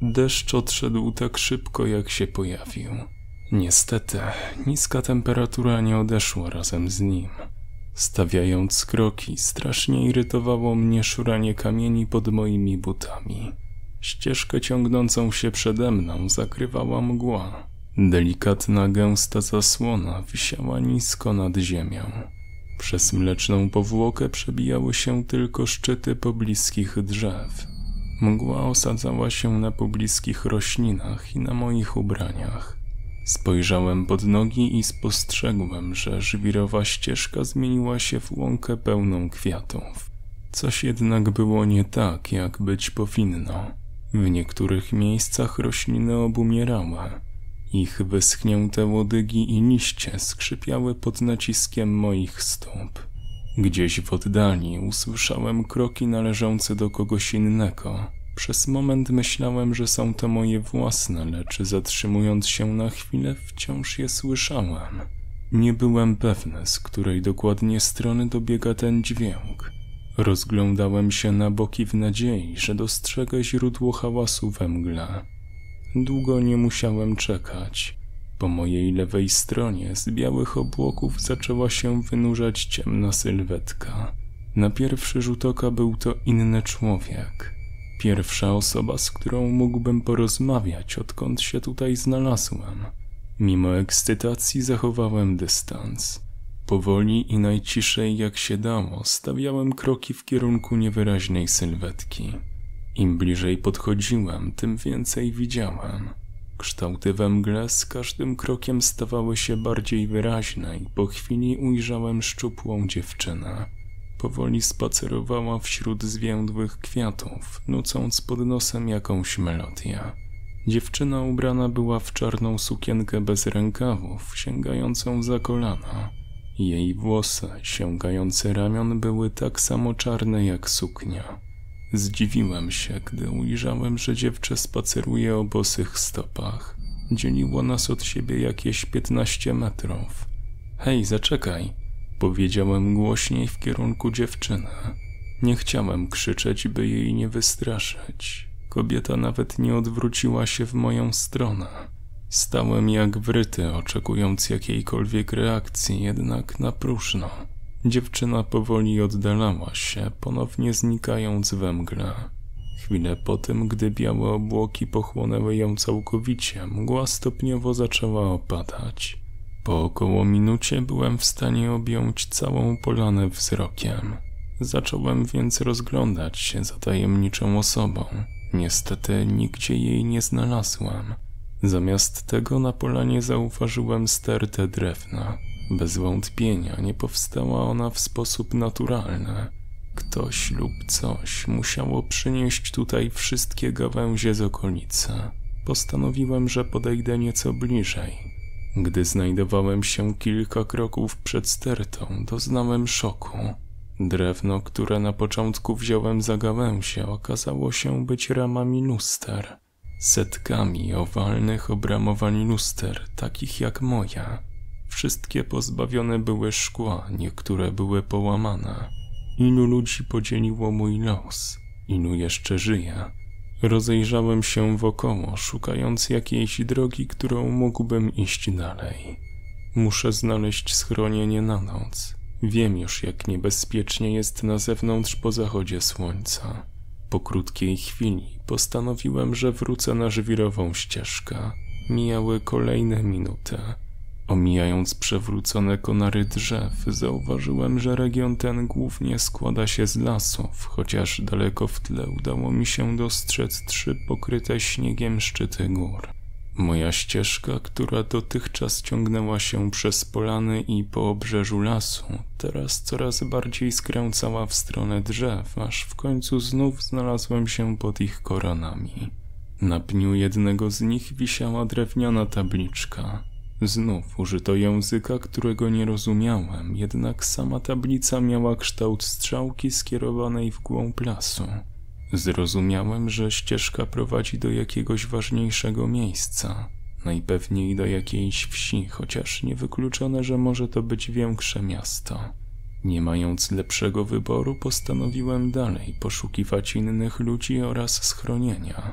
Deszcz odszedł tak szybko, jak się pojawił. Niestety, niska temperatura nie odeszła razem z nim. Stawiając kroki, strasznie irytowało mnie szuranie kamieni pod moimi butami. Ścieżkę ciągnącą się przede mną zakrywała mgła. Delikatna, gęsta zasłona wisiała nisko nad ziemią. Przez mleczną powłokę przebijały się tylko szczyty pobliskich drzew. Mgła osadzała się na pobliskich roślinach i na moich ubraniach. Spojrzałem pod nogi i spostrzegłem, że żwirowa ścieżka zmieniła się w łąkę pełną kwiatów. Coś jednak było nie tak, jak być powinno. W niektórych miejscach rośliny obumierały. Ich wyschnięte łodygi i liście skrzypiały pod naciskiem moich stóp. Gdzieś w oddali usłyszałem kroki należące do kogoś innego. Przez moment myślałem, że są to moje własne, lecz zatrzymując się na chwilę wciąż je słyszałem. Nie byłem pewny, z której dokładnie strony dobiega ten dźwięk. Rozglądałem się na boki w nadziei, że dostrzegę źródło hałasu we mgle. Długo nie musiałem czekać. Po mojej lewej stronie z białych obłoków zaczęła się wynurzać ciemna sylwetka. Na pierwszy rzut oka był to inny człowiek. Pierwsza osoba, z którą mógłbym porozmawiać, odkąd się tutaj znalazłem. Mimo ekscytacji zachowałem dystans. Powoli i najciszej jak się dało, stawiałem kroki w kierunku niewyraźnej sylwetki. Im bliżej podchodziłem, tym więcej widziałem. Kształty we mgle z każdym krokiem stawały się bardziej wyraźne i po chwili ujrzałem szczupłą dziewczynę. Powoli spacerowała wśród zwiędłych kwiatów, nucąc pod nosem jakąś melodię. Dziewczyna ubrana była w czarną sukienkę bez rękawów, sięgającą za kolana. Jej włosy, sięgające ramion, były tak samo czarne jak suknia. Zdziwiłem się, gdy ujrzałem, że dziewczę spaceruje o bosych stopach. Dzieliło nas od siebie jakieś 15 metrów. Hej, zaczekaj! Powiedziałem głośniej w kierunku dziewczyny. Nie chciałem krzyczeć, by jej nie wystraszyć. Kobieta nawet nie odwróciła się w moją stronę. Stałem jak wryty, oczekując jakiejkolwiek reakcji, jednak na próżno. Dziewczyna powoli oddalała się, ponownie znikając we mgle. Chwilę po tym, gdy białe obłoki pochłonęły ją całkowicie, mgła stopniowo zaczęła opadać. Po około minucie byłem w stanie objąć całą polanę wzrokiem. Zacząłem więc rozglądać się za tajemniczą osobą. Niestety nigdzie jej nie znalazłem. Zamiast tego na polanie zauważyłem stertę drewna. Bez wątpienia nie powstała ona w sposób naturalny. Ktoś lub coś musiało przynieść tutaj wszystkie gałęzie z okolicy. Postanowiłem, że podejdę nieco bliżej. Gdy znajdowałem się kilka kroków przed stertą, doznałem szoku. Drewno, które na początku wziąłem za gałęzie, okazało się być ramami luster. Setkami owalnych obramowań luster, takich jak moja. Wszystkie pozbawione były szkła, niektóre były połamane. Ilu ludzi podzieliło mój los? Ilu jeszcze żyje? Rozejrzałem się wokoło, szukając jakiejś drogi, którą mógłbym iść dalej. Muszę znaleźć schronienie na noc. Wiem już, jak niebezpiecznie jest na zewnątrz po zachodzie słońca. Po krótkiej chwili postanowiłem, że wrócę na żwirową ścieżkę. Mijały kolejne minuty. Omijając przewrócone konary drzew, zauważyłem, że region ten głównie składa się z lasów, chociaż daleko w tle udało mi się dostrzec 3 pokryte śniegiem szczyty gór. Moja ścieżka, która dotychczas ciągnęła się przez polany i po obrzeżu lasu, teraz coraz bardziej skręcała w stronę drzew, aż w końcu znów znalazłem się pod ich koronami. Na pniu jednego z nich wisiała drewniana tabliczka. Znów użyto języka, którego nie rozumiałem, jednak sama tablica miała kształt strzałki skierowanej w głąb lasu. Zrozumiałem, że ścieżka prowadzi do jakiegoś ważniejszego miejsca, najpewniej do jakiejś wsi, chociaż niewykluczone, że może to być większe miasto. Nie mając lepszego wyboru, postanowiłem dalej poszukiwać innych ludzi oraz schronienia.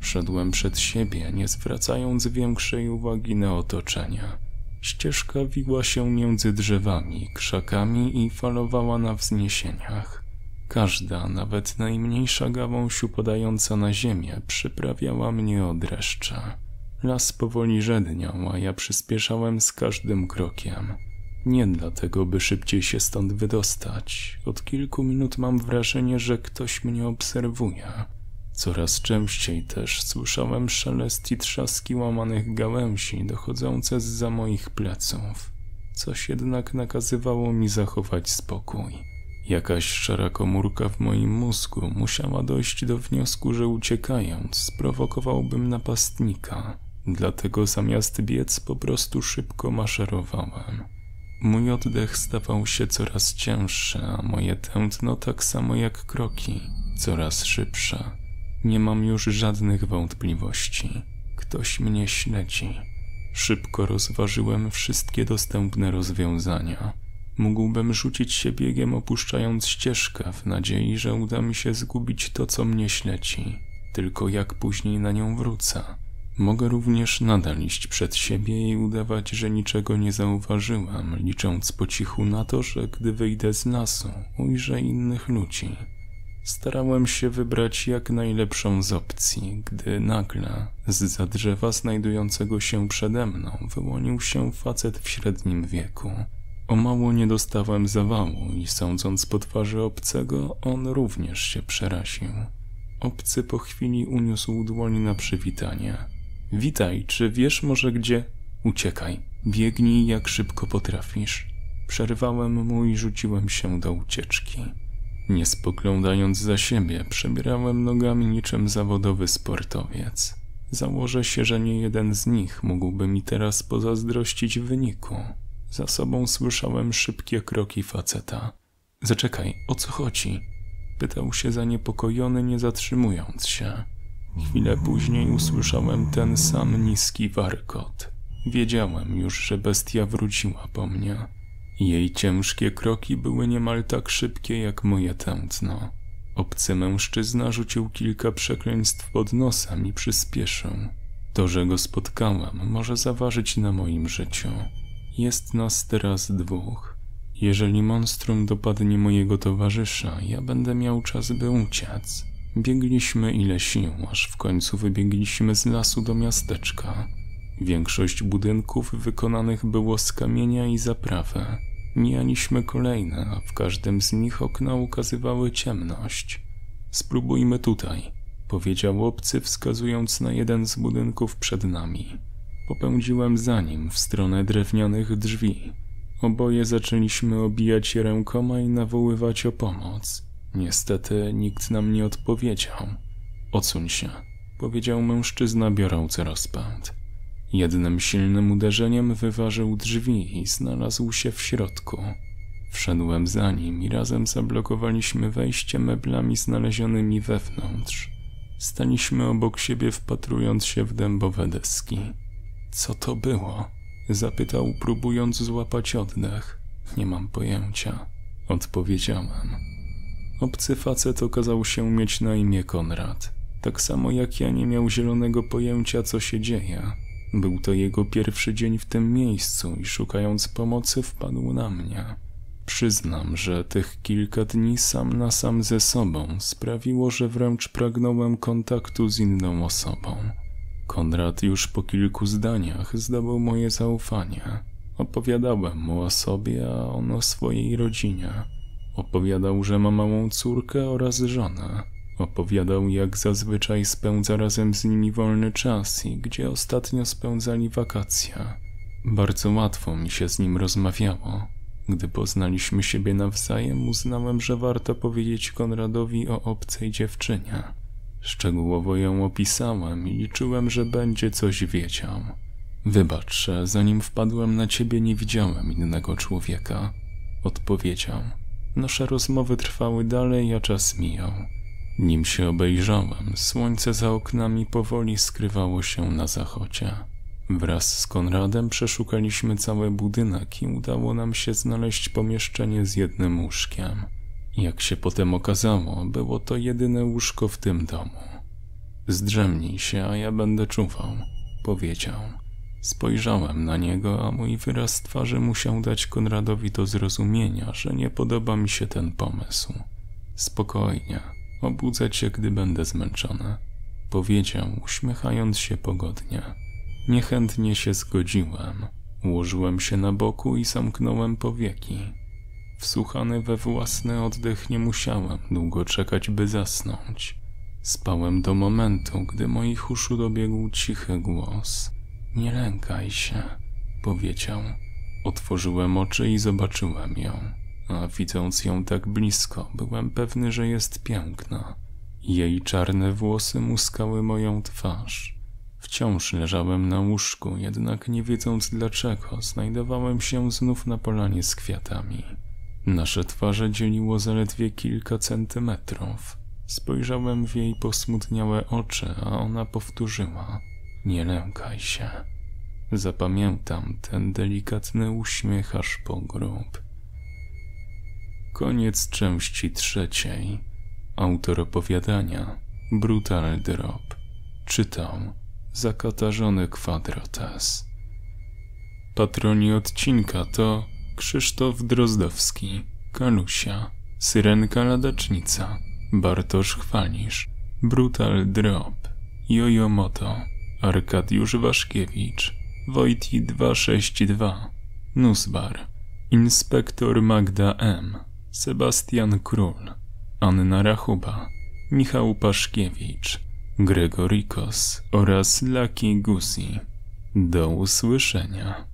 Szedłem przed siebie, nie zwracając większej uwagi na otoczenie. Ścieżka wiła się między drzewami, krzakami i falowała na wzniesieniach. Każda, nawet najmniejsza gałąź upadająca na ziemię przyprawiała mnie o dreszcze. Las powoli żedniał, a ja przyspieszałem z każdym krokiem. Nie dlatego, by szybciej się stąd wydostać. Od kilku minut mam wrażenie, że ktoś mnie obserwuje. Coraz częściej też słyszałem szelest i trzaski łamanych gałęzi dochodzące zza moich pleców. Coś jednak nakazywało mi zachować spokój. Jakaś szara komórka w moim mózgu musiała dojść do wniosku, że uciekając sprowokowałbym napastnika. Dlatego zamiast biec po prostu szybko maszerowałem. Mój oddech stawał się coraz cięższy, a moje tętno tak samo jak kroki, coraz szybsze. Nie mam już żadnych wątpliwości. Ktoś mnie śledzi. Szybko rozważyłem wszystkie dostępne rozwiązania. Mógłbym rzucić się biegiem, opuszczając ścieżkę w nadziei, że uda mi się zgubić to, co mnie śledzi. Tylko jak później na nią wrócę? Mogę również nadal iść przed siebie i udawać, że niczego nie zauważyłem, licząc po cichu na to, że gdy wyjdę z lasu, ujrzę innych ludzi. Starałem się wybrać jak najlepszą z opcji, gdy nagle zza drzewa znajdującego się przede mną wyłonił się facet w średnim wieku. O mało nie dostałem zawału i sądząc po twarzy obcego, on również się przeraził. Obcy po chwili uniósł dłoń na przywitanie. Witaj, czy wiesz może gdzie? Uciekaj, biegnij jak szybko potrafisz. Przerwałem mu i rzuciłem się do ucieczki. Nie spoglądając za siebie, przebierałem nogami niczym zawodowy sportowiec. Założę się, że nie jeden z nich mógłby mi teraz pozazdrościć wyniku. Za sobą słyszałem szybkie kroki faceta. Zaczekaj, o co chodzi? Pytał się zaniepokojony, nie zatrzymując się. Chwilę później usłyszałem ten sam niski warkot. Wiedziałem już, że bestia wróciła po mnie. Jej ciężkie kroki były niemal tak szybkie jak moje tętno. Obcy mężczyzna rzucił kilka przekleństw pod nosem i przyspieszył. To, że go spotkałem, może zaważyć na moim życiu. Jest nas teraz dwóch. Jeżeli monstrum dopadnie mojego towarzysza, ja będę miał czas, by uciec. Biegliśmy ile sił, aż w końcu wybiegliśmy z lasu do miasteczka. Większość budynków wykonanych było z kamienia i zaprawy. Mijaliśmy kolejne, a w każdym z nich okna ukazywały ciemność. Spróbujmy tutaj, powiedział obcy, wskazując na jeden z budynków przed nami. Popędziłem za nim w stronę drewnianych drzwi. Oboje zaczęliśmy obijać je rękoma i nawoływać o pomoc. Niestety nikt nam nie odpowiedział. Odsuń się, powiedział mężczyzna, biorąc rozpęd. Jednym silnym uderzeniem wyważył drzwi i znalazł się w środku. Wszedłem za nim i razem zablokowaliśmy wejście meblami znalezionymi wewnątrz. Staliśmy obok siebie, wpatrując się w dębowe deski. Co to było? Zapytał, próbując złapać oddech. Nie mam pojęcia, odpowiedziałem. Obcy facet okazał się mieć na imię Konrad. Tak samo jak ja nie miał zielonego pojęcia, co się dzieje. Był to jego pierwszy dzień w tym miejscu i szukając pomocy wpadł na mnie. Przyznam, że tych kilka dni sam na sam ze sobą sprawiło, że wręcz pragnąłem kontaktu z inną osobą. Konrad już po kilku zdaniach zdobył moje zaufanie. Opowiadałem mu o sobie, a on o swojej rodzinie. Opowiadał, że ma małą córkę oraz żonę. Opowiadał, jak zazwyczaj spędza razem z nimi wolny czas i gdzie ostatnio spędzali wakacje. Bardzo łatwo mi się z nim rozmawiało. Gdy poznaliśmy siebie nawzajem, uznałem, że warto powiedzieć Konradowi o obcej dziewczynie. Szczegółowo ją opisałem i liczyłem, że będzie coś wiedział. Wybacz, że zanim wpadłem na ciebie, nie widziałem innego człowieka, odpowiedział. Nasze rozmowy trwały dalej, a czas mijał. Nim się obejrzałem, słońce za oknami powoli skrywało się na zachodzie. Wraz z Konradem przeszukaliśmy cały budynek i udało nam się znaleźć pomieszczenie z jednym łóżkiem. Jak się potem okazało, było to jedyne łóżko w tym domu. Zdrzemnij się, a ja będę czuwał, powiedział. Spojrzałem na niego, a mój wyraz twarzy musiał dać Konradowi do zrozumienia, że nie podoba mi się ten pomysł. Spokojnie, obudzę cię, gdy będę zmęczony, powiedział, uśmiechając się pogodnie. Niechętnie się zgodziłem. Ułożyłem się na boku i zamknąłem powieki. Wsłuchany we własny oddech nie musiałem długo czekać, by zasnąć. Spałem do momentu, gdy moich uszu dobiegł cichy głos. Nie lękaj się, powiedział. Otworzyłem oczy i zobaczyłem ją, a widząc ją tak blisko, byłem pewny, że jest piękna. Jej czarne włosy muskały moją twarz. Wciąż leżałem na łóżku, jednak nie wiedząc dlaczego, znajdowałem się znów na polanie z kwiatami. Nasze twarze dzieliło zaledwie kilka centymetrów. Spojrzałem w jej posmutniałe oczy, a ona powtórzyła: nie lękaj się. Zapamiętam ten delikatny uśmiech aż po grób. Koniec części 3. Autor opowiadania Brutal Drop. Czytał Zakatarzony Kwadrates. Patroni odcinka to Krzysztof Drozdowski, Kalusia, Syrenka Ladacznica, Bartosz Chwalisz, Brutal Drop, Jojo Moto, Arkadiusz Waszkiewicz, Wojti 262, Nusbar, Inspektor Magda M., Sebastian Król, Anna Rachuba, Michał Paszkiewicz, Gregorikos oraz Lucky Gusi. Do usłyszenia.